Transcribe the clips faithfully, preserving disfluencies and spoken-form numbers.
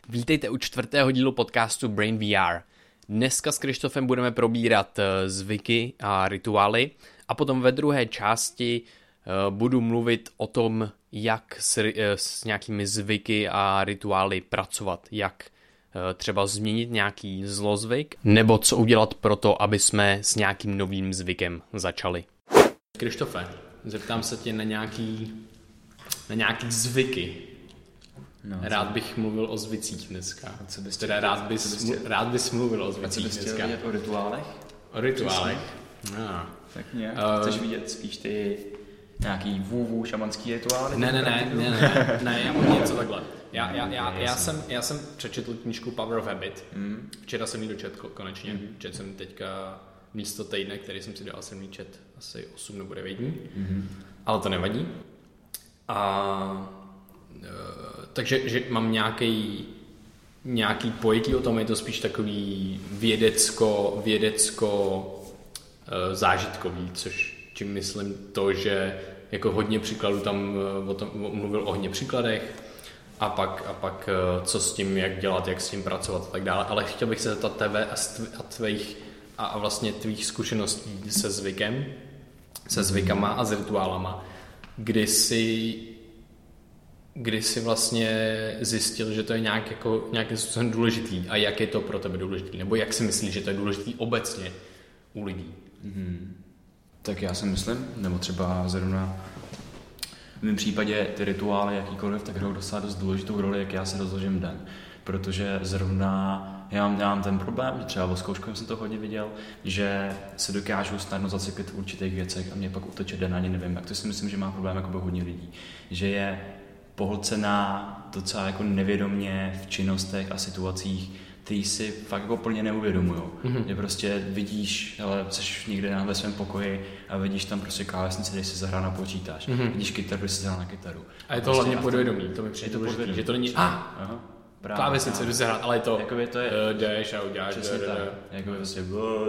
Vítejte u čtvrtého dílu podcastu Brain V R. Dneska s Krištofem budeme probírat zvyky a rituály a potom ve druhé části budu mluvit o tom, jak s, s nějakými zvyky a rituály pracovat, jak třeba změnit nějaký zlozvyk, nebo co udělat pro to, aby jsme s nějakým novým zvykem začali. Krištofe, zeptám se tě na nějaký, na nějaký zvyky. No, rád co? bych mluvil o zvicích dneska. Co bys teda rád bys, co bys tě... rád bys mluvil o zvicích dneska. A co bys chtěl vidět o rituálech? O rituálech? No. Tak nějak. Uh, Chceš vidět spíš ty nějaký vůvů šamanský rituály? Ne, ne, ne, ne, ne, ne, já mám něco takhle. Já, já, já, já, jsem, já jsem přečetl knížku Power of Habit. Mm. Včera jsem ji dočetl konečně. Mm. Četl jsem teďka místo týdne, který jsem si dal, jsem ji čet asi osm nebo devět dní. Mm. Ale to nevadí. A... takže že mám nějaký nějaký pojetí o tom, je to spíš takový vědecko, vědecko zážitkový, což čím myslím to, že jako hodně příkladů tam o tom mluvil o hodně příkladech a pak, a pak co s tím, jak dělat, jak s tím pracovat a tak dále, ale chtěl bych se zeptat tebe a tvých a, a vlastně tvých zkušeností se zvykem, se zvykama a s rituálama, kdy jsi kdy jsi vlastně zjistil, že to je nějak jako, nějakým způsobem důležitý a jak je to pro tebe důležitý, nebo jak si myslíš, že to je důležitý obecně u lidí? Hmm. Tak já si myslím, nebo třeba zrovna v mém případě ty rituály jakýkoliv, tak hrajou docela dost důležitou roli, jak já se rozložím den. Protože zrovna já mám, já mám ten problém, že třeba o zkouškovém jsem to hodně viděl, že se dokážu snadno zacyklit v určitých věcech a mě pak uteče den, ani nevím, jak to si myslím, že má problém jako hodně lidí. Že je pohlcená docela jako nevědomně v činnostech a situacích, který si fakt jako plně neuvědomujou. Mm-hmm. Že prostě vidíš, ale jsi někde ve svém pokoji a vidíš tam prostě klávesnici, kde si zahrál na počítač. Mm-hmm. Vidíš kytaru, kde si zahrál na kytaru. A je to prostě hlavně podvědomí, to mi přijde důležitý, že to není ah, klávesnice, jdu zahrát, ale je to jakoby to je, uh, jdeš a uděláš. Přesně tak, jakoby prostě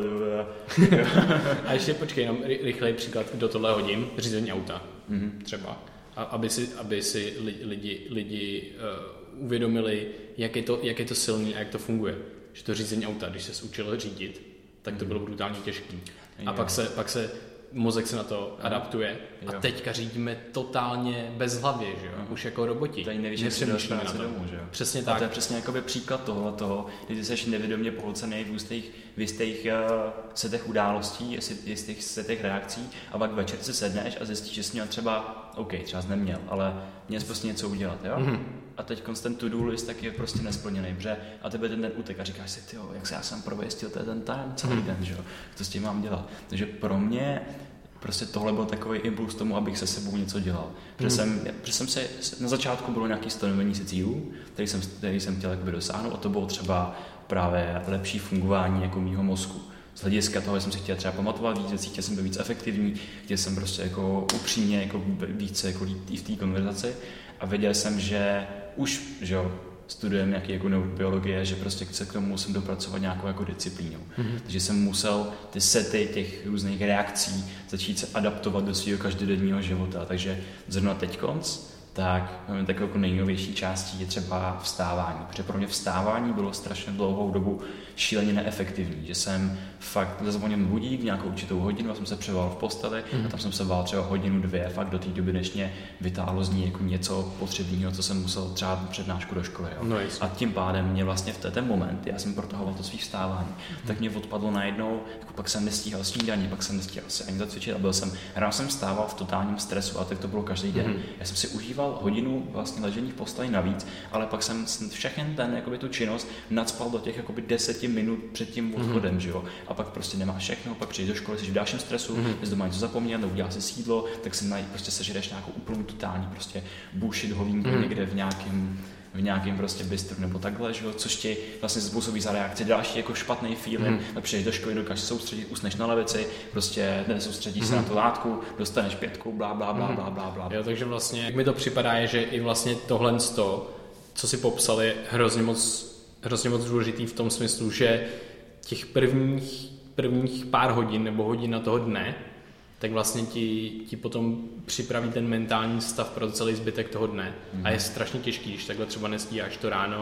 a ještě počkej, jenom rychlej příklad, do tohle hodím, řízení auta, mm-hmm. třeba. A aby si, aby si lidi, lidi uh, uvědomili, jak je, to, jak je to silný a jak to funguje. Že to řízení auta, když se učil řídit, tak to bylo brutálně těžký. A pak se, pak se mozek se na to adaptuje a teďka řídíme totálně bezhlavě, že jo? Už jako roboti. Tady nevíš, jak si dáš práci domů, že jo? Přesně tak. A to je přesně jakoby příklad tohle toho, kdy ty jsi nevědomě pohlcený v jistých, v jistých uh, setech událostí, v jistých setech reakcí a pak večer si sedneš a zjistíš, že jsi měl třeba, OK, třeba jsi neměl, ale měl jsi prostě něco udělat, jo? Mm-hmm. A teď ten to-do list tak je prostě nesplněný, protože a tebe ten den utek a říkáš si, tyjo, jak se já jsem prověstil ten time celý mm-hmm. den, že jo? Co s tím mám dělat? Takže pro mě prostě tohle byl takový impuls tomu, abych se sebou něco dělal. Protože, hmm. jsem, protože jsem se, na začátku bylo nějaké stanovení si cílů, který jsem, který jsem chtěl jakoby dosáhnout a to bylo třeba právě lepší fungování jako mýho mozku. Z hlediska toho, že jsem si chtěl třeba pamatovat víc věcí, chtěl jsem být víc efektivní, chtěl jsem prostě jako upřímně jako více jako i v té konverzaci a věděl jsem, že už, že jo, studujeme nějaký jako neurobiologie, že prostě se k tomu musím dopracovat nějakou jako disciplínou. Mm-hmm. Takže jsem musel ty sety těch různých reakcí začít se adaptovat do svého každodenního života. Takže zrovna teď konc, tak takovou jako nejnovější částí je třeba vstávání. Protože pro mě vstávání bylo strašně dlouhou dobu šíleně neefektivní, že jsem fakt zazvonil budík v nějakou určitou hodinu a jsem se převal v posteli mm. a tam jsem se bál třeba hodinu, dvě, fakt do té doby, než mě vytáhlo z ní jako něco potřebného, co jsem musel třeba přednášku do školy. Jo. No, a tím pádem mě vlastně v ten moment, já jsem protahoval to svých vstávání, mm. tak mě odpadlo najednou, jako pak jsem nestíhal snídaní, pak jsem nestíhal se ani zacvičit a byl jsem, ráno jsem vstával v totálním stresu a tak to bylo každý den. Mm. Já jsem si užíval hodinu vlastně ležení v posteli navíc, ale pak jsem všechen ten, jakoby tu činnost nacpal do těch jakoby deseti minut před tím odchodem, mm. že jo. A pak prostě nemáš všechno, pak přijdeš do školy, jsi v dalším stresu, mm. jsi doma něco zapomněl, neudělal si sídlo, tak si najít, prostě sežereš nějakou úplnou totální prostě bullshit hovínku mm. někde v nějakém v nějakém prostě bistru nebo takhle, že jo, což ti vlastně způsobí za reakci další jako špatný feeling, mm. přijdeš do školy, dokážeš soustředit, usneš na levici, prostě nesoustředíš mm. se na tu látku, dostaneš pětku, blá, blá, blá, blá, blá, blá. Jo, takže vlastně, jak mi to připadá, je, že i vlastně tohle z toho, co si popsal, je hrozně moc, hrozně moc důležitý v tom smyslu, že těch prvních, prvních pár hodin nebo hodin na toho dne, tak vlastně ti, ti potom připraví ten mentální stav pro celý zbytek toho dne. Mm. A je strašně těžký, když takhle třeba nestíháš to ráno,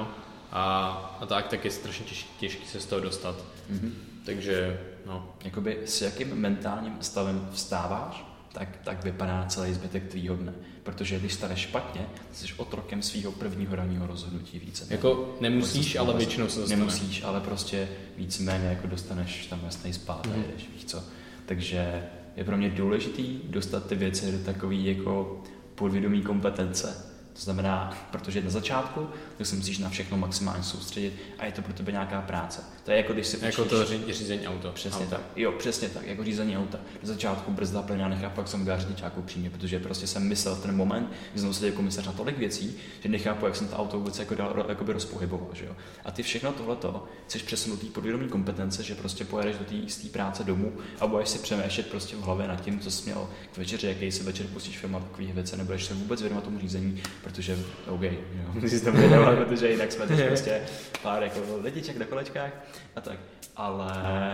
a, a tak, tak je strašně těžký, těžký se z toho dostat. Mm-hmm. Takže, no. Jakoby s jakým mentálním stavem vstáváš, tak, tak vypadá celý zbytek tvýho dne. Protože když staneš špatně, jsi otrokem svého prvního ranního rozhodnutí více. Jako nemusíš, ale většinou se dostane. Nemusíš, ale prostě víceméně jako dostaneš tam jasný spát a jedeš, víš co. Takže je pro mě důležitý dostat ty věci do takový jako podvědomí kompetence. To znamená, protože na začátku tak se musíš na všechno maximálně soustředit a je to pro tebe nějaká práce. To je jako když si učíš... Jako to řízení auta. Přesně auta. tak. Jo, přesně tak, jako řízení auta. Na začátku brzda plně, já nechápu, jak jsem udělal řidičáku přímě, protože prostě jsem myslel v ten moment, že jsem seděl komisař na tolik věcí, že nechápu, jak jsem to auto vůbec jako dal, jakoby rozpohyboval, že jo. A ty všechno tohleto chceš přesunout tý podvědomí kompetence, že prostě pojedeš do té jisté práce domů a budeš si přemýšlet prostě v hlavě nad tím, co jsi měl k večeři, jaký si večer pustíš film a takových věcí, nebudeš se vůbec věnovat tomu řízení, protože OK, jo, musíš to vědět, protože jinak jsme teď prostě pár jako lidiček na kolečkách a tak. Ale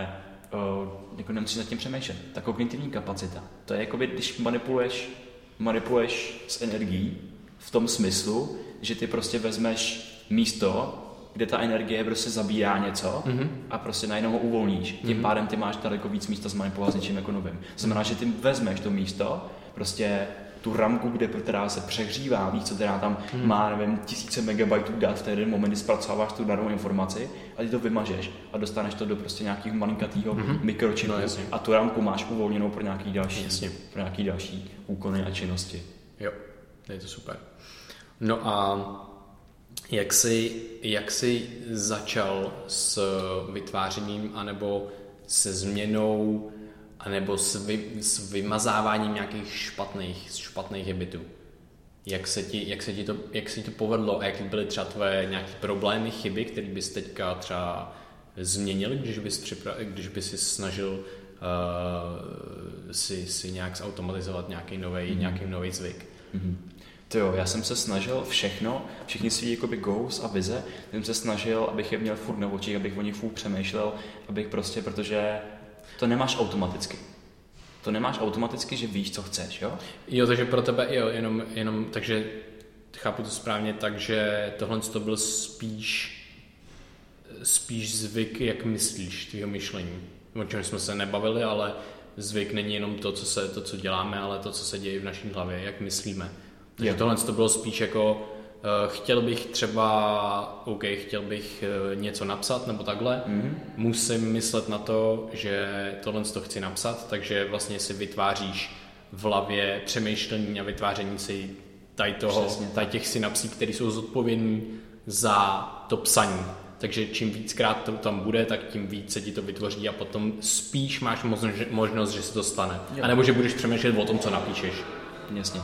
o, jako nemusíš nad tím přemýšlet. Ta kognitivní kapacita, to je jako když manipuluješ, manipuluješ s energií v tom smyslu, že ty prostě vezmeš místo, kde ta energie prostě zabírá něco mm-hmm. a prostě najednou ho uvolníš. Tím mm-hmm. pádem ty máš daleko víc místa zmanipulovat s něčím jako novým. Znamená, že ty vezmeš to místo, prostě tu ramku, kde, která se přehřívá, víš co, která tam hmm. má, nevím, tisíce megabajtů dat v ten jeden moment, kdy zpracováváš tu danou informaci a ty to vymažeš a dostaneš to do prostě nějakých malinkatýho hmm. mikročipu no, a tu ramku máš uvolněnou pro nějaký další, jasně. pro nějaký další úkony a činnosti. Jo, je to super. No a jak jsi, jak jsi začal s vytvářením anebo se změnou anebo s, vy, s vymazáváním nějakých špatných, špatných habitů. Jak se, ti, jak, se ti to, jak se ti to povedlo a jaké byly třeba tvoje nějaké problémy, chyby, které bys teďka třeba změnil, když bys, připra- když bys si snažil uh, si, si nějak zautomatizovat nějaký nový mm-hmm. nějaký nový zvyk. Mm-hmm. To jo, já jsem se snažil všechno, všechny svý jakoby goals a vize, jsem se snažil, abych je měl furt na očích, abych o nich furt přemýšlel, abych prostě, protože to nemáš automaticky. To nemáš automaticky, že víš, co chceš, jo? Jo, takže pro tebe, jo, jenom, jenom takže chápu to správně, takže tohle to byl spíš spíš zvyk, jak myslíš, tvýho myšlení. O čem jsme se nebavili, ale zvyk není jenom to, co, se, to, co děláme, ale to, co se děje v naší hlavě, jak myslíme. Takže jo. Tohle to bylo spíš jako chtěl bych třeba, OK, chtěl bych něco napsat nebo takhle, mm-hmm. musím myslet na to, že tohle to chci napsat, takže vlastně si vytváříš v hlavě přemýšlení a vytváření si tady toho, tady těch synapsí, které jsou zodpovědní za to psaní. Takže čím víckrát to tam bude, tak tím víc se ti to vytvoří a potom spíš máš možnost, že se to stane. Jo. A nebo že budeš přemýšlet o tom, co napíšeš. Jasně.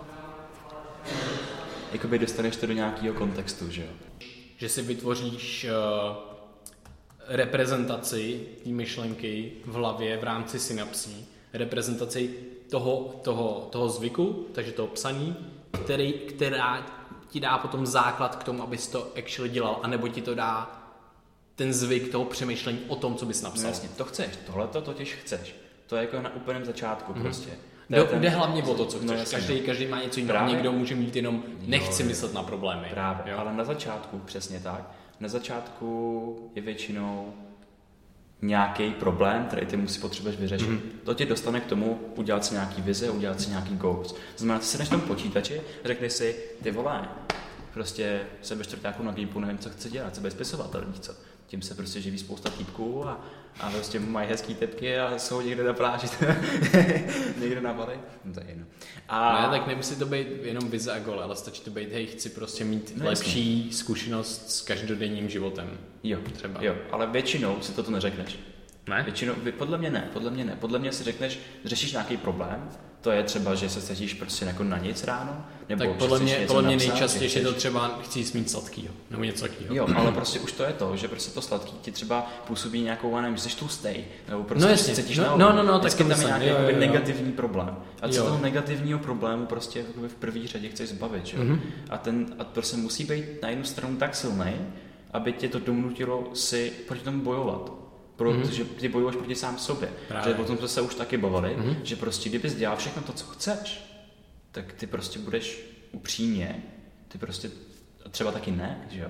Jakoby dostaneš to do nějakého kontextu, že jo? Že si vytvoříš uh, reprezentaci té myšlenky v hlavě v rámci synapsí, reprezentaci toho, toho, toho zvyku, takže toho psaní, který, která ti dá potom základ k tomu, abys to actually dělal, anebo ti to dá ten zvyk toho přemýšlení o tom, co bys napsal. No jasně, to chceš, tohle to totiž chceš. To je jako na úplném začátku mm-hmm. prostě. Jde, ten... jde hlavně o to, co chceš. No, každý, každý má něco jiného. Někdo může mít jenom nechci jo, myslet na problémy. Právě, jo? Ale na začátku, přesně tak, na začátku je většinou nějaký problém, který ty musí potřebuješ vyřešit. Mm-hmm. To tě dostane k tomu udělat si nějaký vize, udělat si nějaký goals. To znamená, ty se jdeš v tom počítači a řekneš si, ty vole, prostě jsem ve čtvrtáku na Gimplu, nevím, co chci dělat, co bude spisovatel, víš co. Tím se prostě živí spousta týpků a, a prostě mají hezký tepky a jsou někde na pláži, někde na Bali. No to je jedno. A ne, tak nemusí to být jenom vize a gol, ale stačí to být, hej, chci prostě mít no, lepší jasný. Zkušenost s každodenním životem. Jo, třeba. Jo, ale většinou si toto neřekneš. Ne? Většinou, podle mě ne, podle mě ne. Podle mě si řekneš, řešíš nějaký problém, to je třeba, že se cítíš prostě jako na nic ráno, nebo tak podle mě, podle mě nejčastěji je to třeba chci smít sladkýho, nebo něco takového. Jo, ale prostě už to je to, že prostě to sladký ti třeba působí nějakou, nevím, že jsi tlustej, nebo prostě no jasně, cítíš no, na no, no, no, tak tam je nějaký jo, jo, jo. negativní problém. A co toho negativního problému prostě v první řadě chceš zbavit, že? Mm-hmm. A ten a prostě musí být na jednu stranu tak silný, aby tě to donutilo si proti tomu bojovat. Protože mm-hmm. ty bojuješ proti sám sobě. Právě. Že o tom jsme se už taky bavili, mm-hmm. že prostě kdybys dělal všechno to, co chceš, tak ty prostě budeš upřímně, ty prostě třeba taky ne, že jo.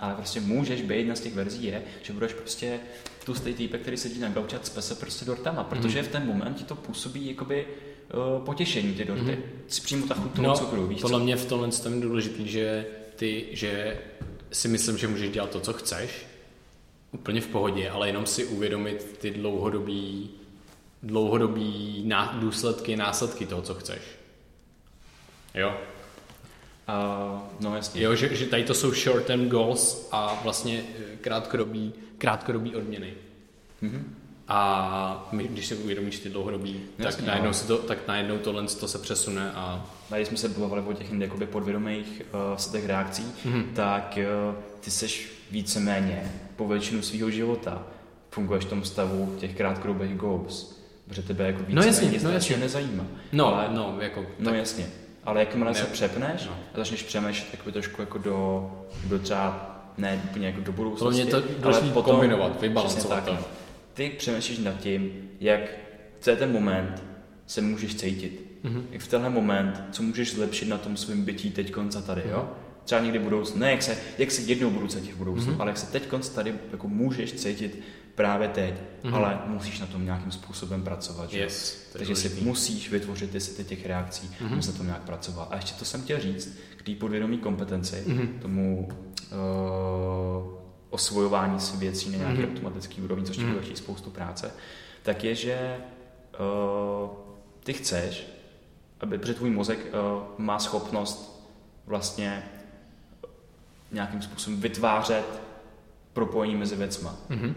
ale prostě můžeš být, jedna z těch verzí je, že budeš prostě tlustý týpek, který sedí na gauči a cpe se prostě dortama, protože mm. v ten moment ti to působí jakoby uh, potěšení ty dorty. Mm. Si přímo ta chuť toho no, cukru, víš podle co? mě v tomhle je důležitý, že ty, že si myslím, že můžeš dělat to, co chceš, úplně v pohodě, ale jenom si uvědomit ty dlouhodobý, dlouhodobý ná, důsledky, následky toho, co chceš. Jo? Uh, no jasně. Jo, že, že tady to jsou short-term goals a vlastně krátkodobý, krátkodobý odměny. Mm-hmm. A my, když si uvědomíš ty dlouhodobý, jasně, tak, najednou se to, tak najednou tohle to se přesune a... Tady jsme se bavili o těch jakoby podvědomých uh, setech reakcí, mm-hmm. tak uh, ty seš víceméně po většinu svého života funguješ v tom stavu těch krátkodobých goals, protože tebe jako víceméně no jasně, nic no jasně. nezajímá. No, ale, no, jako... No tak, jasně, ale jakmile ne, se přepneš no. a začneš přemýšlet jakoby trošku jako do, do třeba, ne úplně jako do budoucnosti, ale mě to ale potom kombinovat, vybalancovat to. Ty přemýšlíš nad tím, jak v ten moment se můžeš cítit. Mm-hmm. Jak v tenhle moment, co můžeš zlepšit na tom svém bytí teď konca tady, jo? Třeba někdy budoucnu, ne jak se, jak se jednou budu cítit v budoucnu, mm-hmm. ale jak se teď konc tady jako můžeš cítit právě teď, mm-hmm. ale musíš na tom nějakým způsobem pracovat, že? Yes, takže si musíš vytvořit ty sety těch reakcí, mm-hmm. musíš na tom nějak pracovat. A ještě to jsem chtěl říct, k té podvědomí kompetenci, mm-hmm. tomu uh, osvojování si věcí na nějaký mm-hmm. automatický úrovni, což ti mm-hmm. bude spoustu práce, tak je, že uh, ty chceš, aby, protože tvůj mozek uh, má schopnost vlastně nějakým způsobem vytvářet propojení mezi věcma. Mm-hmm.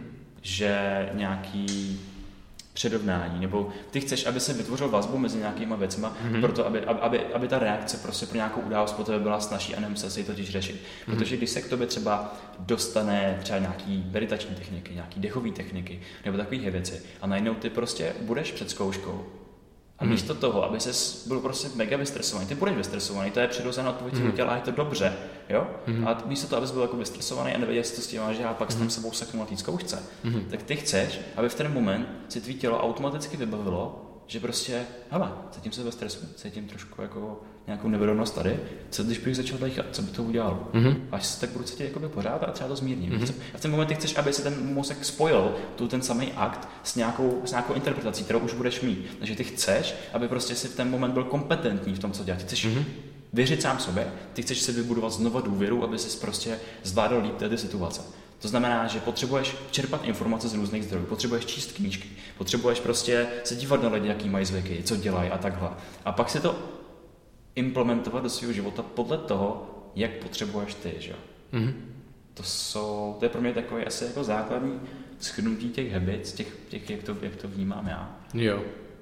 Že nějaký předovnání, nebo ty chceš, aby se vytvořil vazbu mezi nějakýma věcma, mm-hmm. proto aby, aby, aby ta reakce prostě pro nějakou událost pro tebe byla snazší a nemusel si ji totiž řešit. Mm-hmm. Protože když se k tobě třeba dostane třeba nějaký meditační techniky, nějaký dechové techniky, nebo takové věci a najednou ty prostě budeš před zkouškou a místo toho, aby ses byl prostě mega vystresovaný, ty budeš vystresovaný, to je přirozená odpověď mm. těla a je to dobře, jo? Mm. A místo toho, abys byl jako vystresovaný a nevěděl, co s tím máš dělat, pak s tam sebou seknu na té zkoušce, mm. tak ty chceš, aby v ten moment si tvý tělo automaticky vybavilo, že prostě, hele, cítím se ve stresu, cítím trošku jako nějakou nevědomost tady, co když bych začal dýchat, co by to udělalo? Mm-hmm. Až se tak budu cítit jakoby pořád a třeba to zmírním. Mm-hmm. A v ten moment ty chceš, aby se ten mozek spojil, tu ten samý akt s nějakou, s nějakou interpretací, kterou už budeš mít. Takže ty chceš, aby prostě si v ten moment byl kompetentní v tom, co děláš. Ty chceš mm-hmm. věřit sám sobě, ty chceš si vybudovat znova důvěru, aby si prostě zvládal líp této situace. To znamená, že potřebuješ čerpat informace z různých zdrojů, potřebuješ číst knížky, potřebuješ prostě se dívat na lidi, jaký mají zvyky, co dělají a takhle. A pak si to implementovat do svého života podle toho, jak potřebuješ ty, že? Mm-hmm. To jsou, to je pro mě takový asi jako základní shrnutí těch habits, těch, těch jak, to, jak to vnímám já. Jo.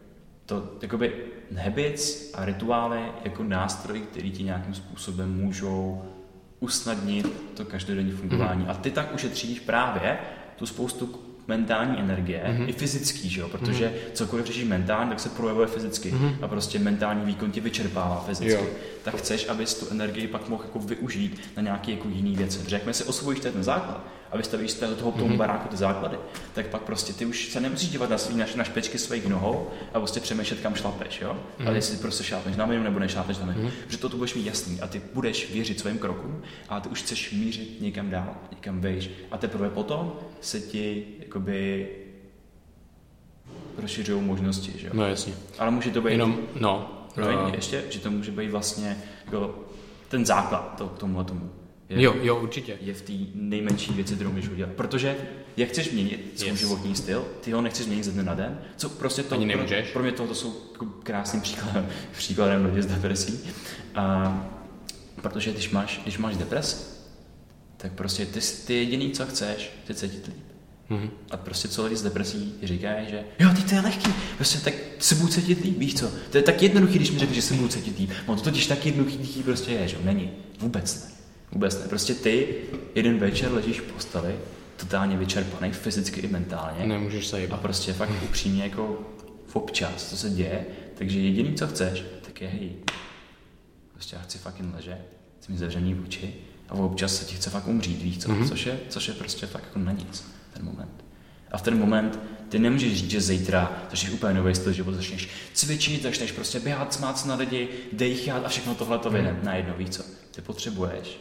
To jakoby habits a rituály jako nástroj, který ti nějakým způsobem můžou usnadnit to každodenní fungování. Mm-hmm. A ty tak ušetříš právě tu spoustu mentální energie, mm-hmm. i fyzický, že jo? Protože mm-hmm. cokoliv řešíš mentálně, tak se projevuje fyzicky mm-hmm. a prostě mentální výkon tě vyčerpává fyzicky. Jo. Tak chceš, abys tu energii pak mohl jako využít na nějaké jako jiné věci. Řekněme si, osvojíš ten základ a vystavíš z toho tomu mm-hmm. baráku ty základy, tak pak prostě ty už se nemusíš dívat na, svý, na, na špičky svých nohou a prostě přemýšlet, kam šlapeš, jo? Mm-hmm. Ale jestli prostě šlápneš na minu nebo nešlápeš na minu, mm-hmm. protože to tu budeš mít jasný a ty budeš věřit svým krokům a ty už chceš mířit někam dál, někam vejš a teprve potom se ti jakoby rozšiřují možnosti, že jo? No jasně. Ale může to být jenom, no, no, ještě, že to může být vlastně jako ten základ to, k tomuhle tomu. Je, jo, jo, určitě. Je v té nejmenší věci, kterou můžeš udělat. Protože jak chceš měnit svůj yes. životní styl, ty ho nechceš měnit ze dne na den, co prostě to, ani nemůžeš. Pro, pro mě to, to jsou krásným příkladem, příkladem lidí s depresí. A, protože když máš, když máš depresi, tak prostě ty, ty jediný, co chceš, je cítit líp. Mm-hmm. A prostě co lidi s depresí říkají, že jo, ty to je lehký, prostě tak se budu cítit líp, víš co? To je tak jednoduchý, když mi řekneš, že se budu cítit líp. No to totiž tak jednoduchý prostě je, že jo? Není. Vůbec ne. Vůbec ne. Prostě ty jeden večer ležíš v posteli, totálně vyčerpaný, fyzicky i mentálně. Nemůžeš se jít. A prostě fakt upřímně jako občas, co se děje, takže jediný, co chceš, tak je hej. Prostě já chci fucking ležet, chci mít zavřený oči a občas se ti chce fakt umřít, víš co? Mm-hmm. Což je, což je prostě fakt jako na nic, ten moment. A v ten moment ty nemůžeš říct, že zítra začneš úplně nový styl života, začneš cvičit, začneš prostě běhat, smát se na lidi, dejchat a všechno tohle to vyjde mm. najednou, víš co? Ty potřebuješ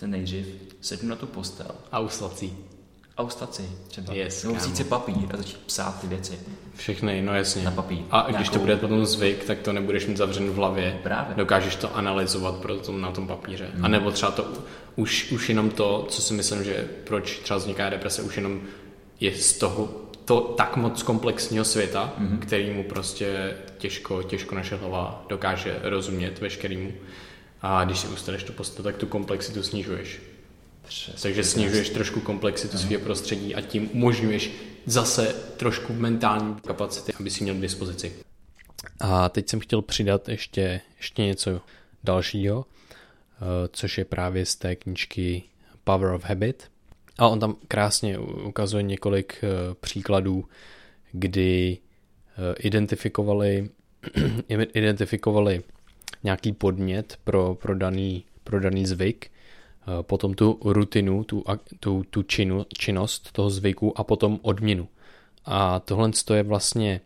se nejdřív sednu na tu postel. A uslací. A ustat si třeba. Yes, nebo vzít si papír a začít psát ty věci. Všechny, no jasně. Na papír. A když Nějakou... to bude potom zvyk, tak to nebudeš mít zavřen v hlavě. Právě. Dokážeš to analyzovat pro tom, na tom papíře. Hmm. A nebo třeba to, už, už jenom to, co si myslím, že proč třeba vzniká deprese, už jenom je z toho to tak moc komplexního světa, mm-hmm. kterýmu prostě těžko, těžko naše hlava dokáže rozumět veškerýmu. A když si ustaneš tu postel, tak tu komplexitu snižuješ. Přesně, Takže snižuješ trošku komplexitu svého prostředí a tím umožňuješ zase trošku mentální kapacity, aby si měl k dispozici. A teď jsem chtěl přidat ještě, ještě něco dalšího, což je právě z té knížky Power of Habit. A on tam krásně ukazuje několik příkladů, kdy identifikovali, identifikovali nějaký podnět pro, pro, daný, pro daný zvyk, potom tu rutinu, tu, tu, tu činu, činnost toho zvyku a potom odměnu. A tohle je vlastně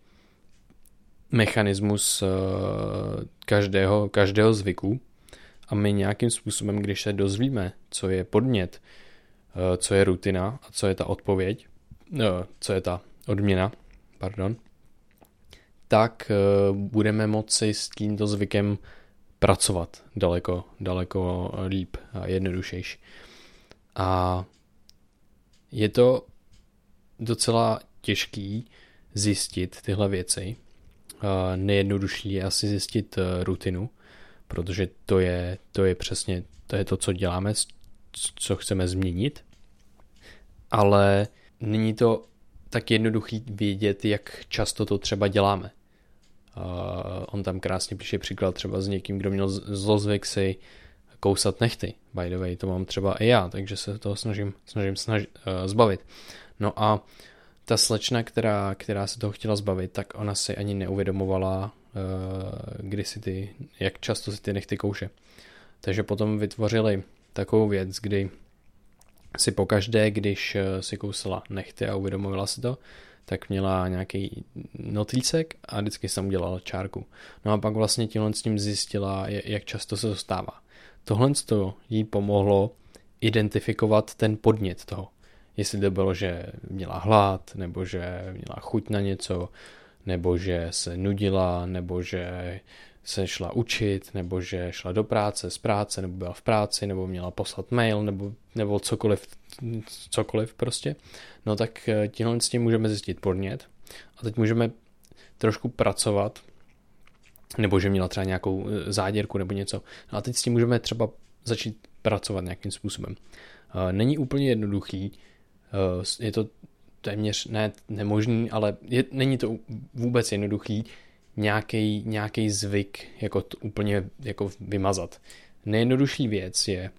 mechanismus každého, každého zvyku a my nějakým způsobem, když se dozvíme, co je podnět, co je rutina a co je ta odpověď, co je ta odměna, pardon, tak budeme moci s tímto zvykem pracovat daleko, daleko líp a jednodušejší. A je to docela těžký zjistit tyhle věci. Nejjednodušší je asi zjistit rutinu, protože to je, to je přesně to, je to, co děláme, co chceme změnit. Ale není to tak jednoduchý vědět, jak často to třeba děláme. Uh, on tam krásně píše příklad třeba s někým, kdo měl zlozvyk si kousat nehty. By the way, to mám třeba i já, takže se toho snažím, snažím snaž, uh, zbavit. No a ta slečna, která, která se toho chtěla zbavit, tak ona si ani neuvědomovala, uh, kdy si ty, jak často si ty nehty kouše. Takže potom vytvořili takovou věc, kdy si pokaždé, když si kousala nehty a uvědomovala si to, tak měla nějaký notýcek a vždycky jsem udělala čárku. No a pak vlastně tímhle s tím zjistila, jak často se to stává. Tohle jí pomohlo identifikovat ten podnět toho. Jestli to bylo, že měla hlad, nebo že měla chuť na něco, nebo že se nudila, nebo že se šla učit, nebo že šla do práce, z práce, nebo byla v práci, nebo měla poslat mail, nebo, nebo cokoliv, cokoliv prostě. No tak tímhle s tím můžeme zjistit podnět a teď můžeme trošku pracovat, nebo že měla třeba nějakou záděrku nebo něco. No a teď s tím můžeme třeba začít pracovat nějakým způsobem. Není úplně jednoduchý, je to téměř ne nemožný, ale je, není to vůbec jednoduchý nějaký nějaký zvyk jako to úplně jako vymazat. Nejjednodušší věc je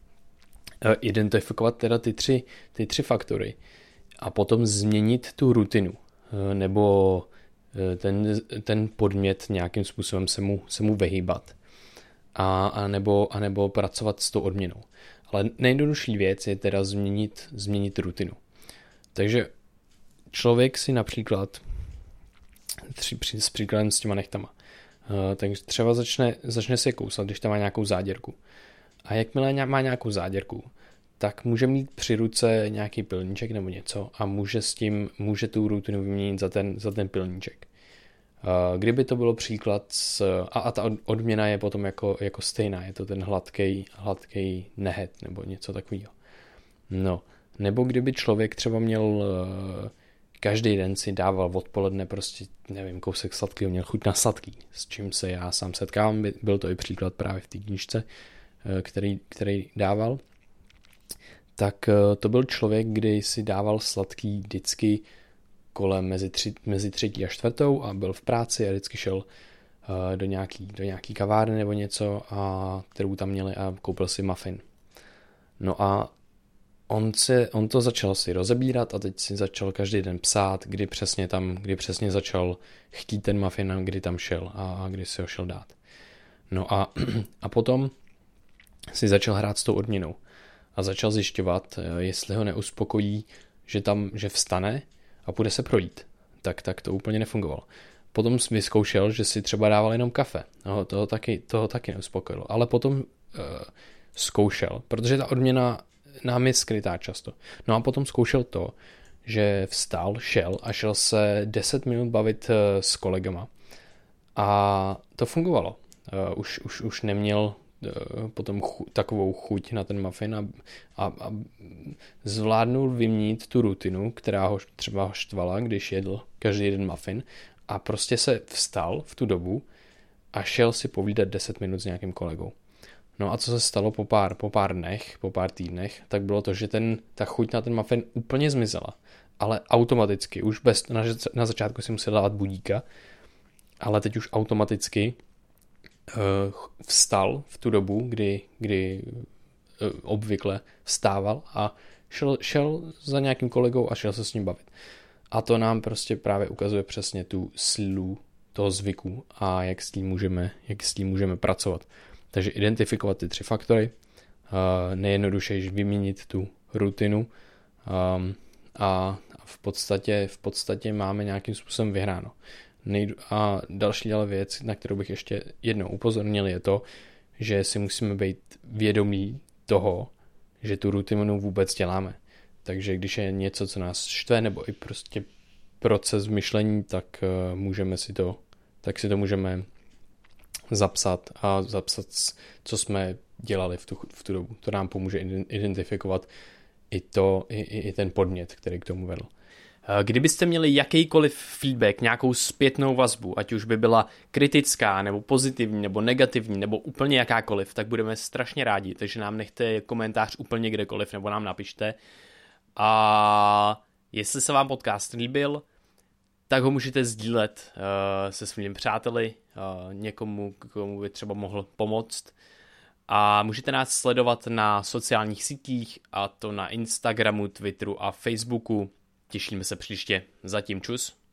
identifikovat teda ty tři, ty tři faktory a potom změnit tu rutinu nebo ten, ten podmět nějakým způsobem se mu, se mu vyhýbat a, a, nebo, a nebo pracovat s tou odměnou. Ale nejjednodušší věc je teda změnit, změnit rutinu. Takže člověk si například tři, s příkladem s těma nechtama. Uh, takže třeba začne, začne si je kousat, když tam má nějakou záděrku. A jakmile má nějakou záděrku, tak může mít při ruce nějaký pilníček nebo něco a může s tím, může tu rutinu vyměnit za ten, za ten pilníček. Uh, kdyby to bylo příklad s, a, a ta odměna je potom jako, jako stejná, je to ten hladký, hladký nehet nebo něco takového. No, nebo kdyby člověk třeba měl uh, každý den si dával odpoledne prostě, nevím, kousek sladkého, měl chuť na sladký, s čím se já sám setkávám, byl to i příklad právě v té knížce, který, který dával, tak to byl člověk, kdy si dával sladký vždycky kolem mezi, tři, mezi třetí a čtvrtou a byl v práci a vždycky šel do nějaký, do nějaký kavárny nebo něco, a kterou tam měli, a koupil si muffin. No a On, se, on to začal si rozebírat a teď si začal každý den psát, kdy přesně tam, kdy přesně začal chtít ten muffin, kdy tam šel a kdy si ho šel dát. No a, a potom si začal hrát s tou odměnou a začal zjišťovat, jestli ho neuspokojí, že tam, že vstane a půjde se projít. Tak, tak to úplně nefungovalo. Potom vyzkoušel, že si třeba dával jenom kafe. No, toho taky, toho taky neuspokojilo. Ale potom uh, zkoušel, protože ta odměna nám je skrytá často. No a potom zkoušel to, že vstal, šel a šel se deset minut bavit s kolegama. A to fungovalo. Už, už, už neměl potom chu, takovou chuť na ten muffin a, a, a zvládnul vyměnit tu rutinu, která ho třeba štvala, když jedl každý jeden muffin a prostě se vstal v tu dobu a šel si povídat deset minut s nějakým kolegou. No a co se stalo po pár, po pár dnech, po pár týdnech, tak bylo to, že ten, ta chuť na ten muffin úplně zmizela. Ale automaticky, už bez, na, na začátku si musel dávat budíka, ale teď už automaticky uh, vstal v tu dobu, kdy, kdy uh, obvykle vstával a šel, šel za nějakým kolegou a šel se s ním bavit. A to nám prostě právě ukazuje přesně tu sílu toho zvyku a jak s tím můžeme, jak s tím můžeme pracovat. Takže identifikovat ty tři faktory, uh, nejjednodušeji vyměnit tu rutinu um, a v podstatě, v podstatě máme nějakým způsobem vyhráno. Nejdu, a další ale věc, na kterou bych ještě jednou upozornil, je to, že si musíme být vědomí toho, že tu rutinu vůbec děláme. Takže když je něco, co nás štve, nebo i prostě proces myšlení, tak uh, můžeme si to, tak si to můžeme zapsat a zapsat, co jsme dělali v tu, v tu dobu. To nám pomůže identifikovat i, to, i, i ten podnět, který k tomu vedl. Kdybyste měli jakýkoliv feedback, nějakou zpětnou vazbu, ať už by byla kritická, nebo pozitivní, nebo negativní, nebo úplně jakákoliv, tak budeme strašně rádi, takže nám nechte komentář úplně kdekoliv, nebo nám napište. A jestli se vám podcast líbil, tak ho můžete sdílet uh, se svými přáteli, uh, někomu, komu by třeba mohl pomoct. A můžete nás sledovat na sociálních sítích, a to na Instagramu, Twitteru a Facebooku. Těšíme se příště. Zatím čus.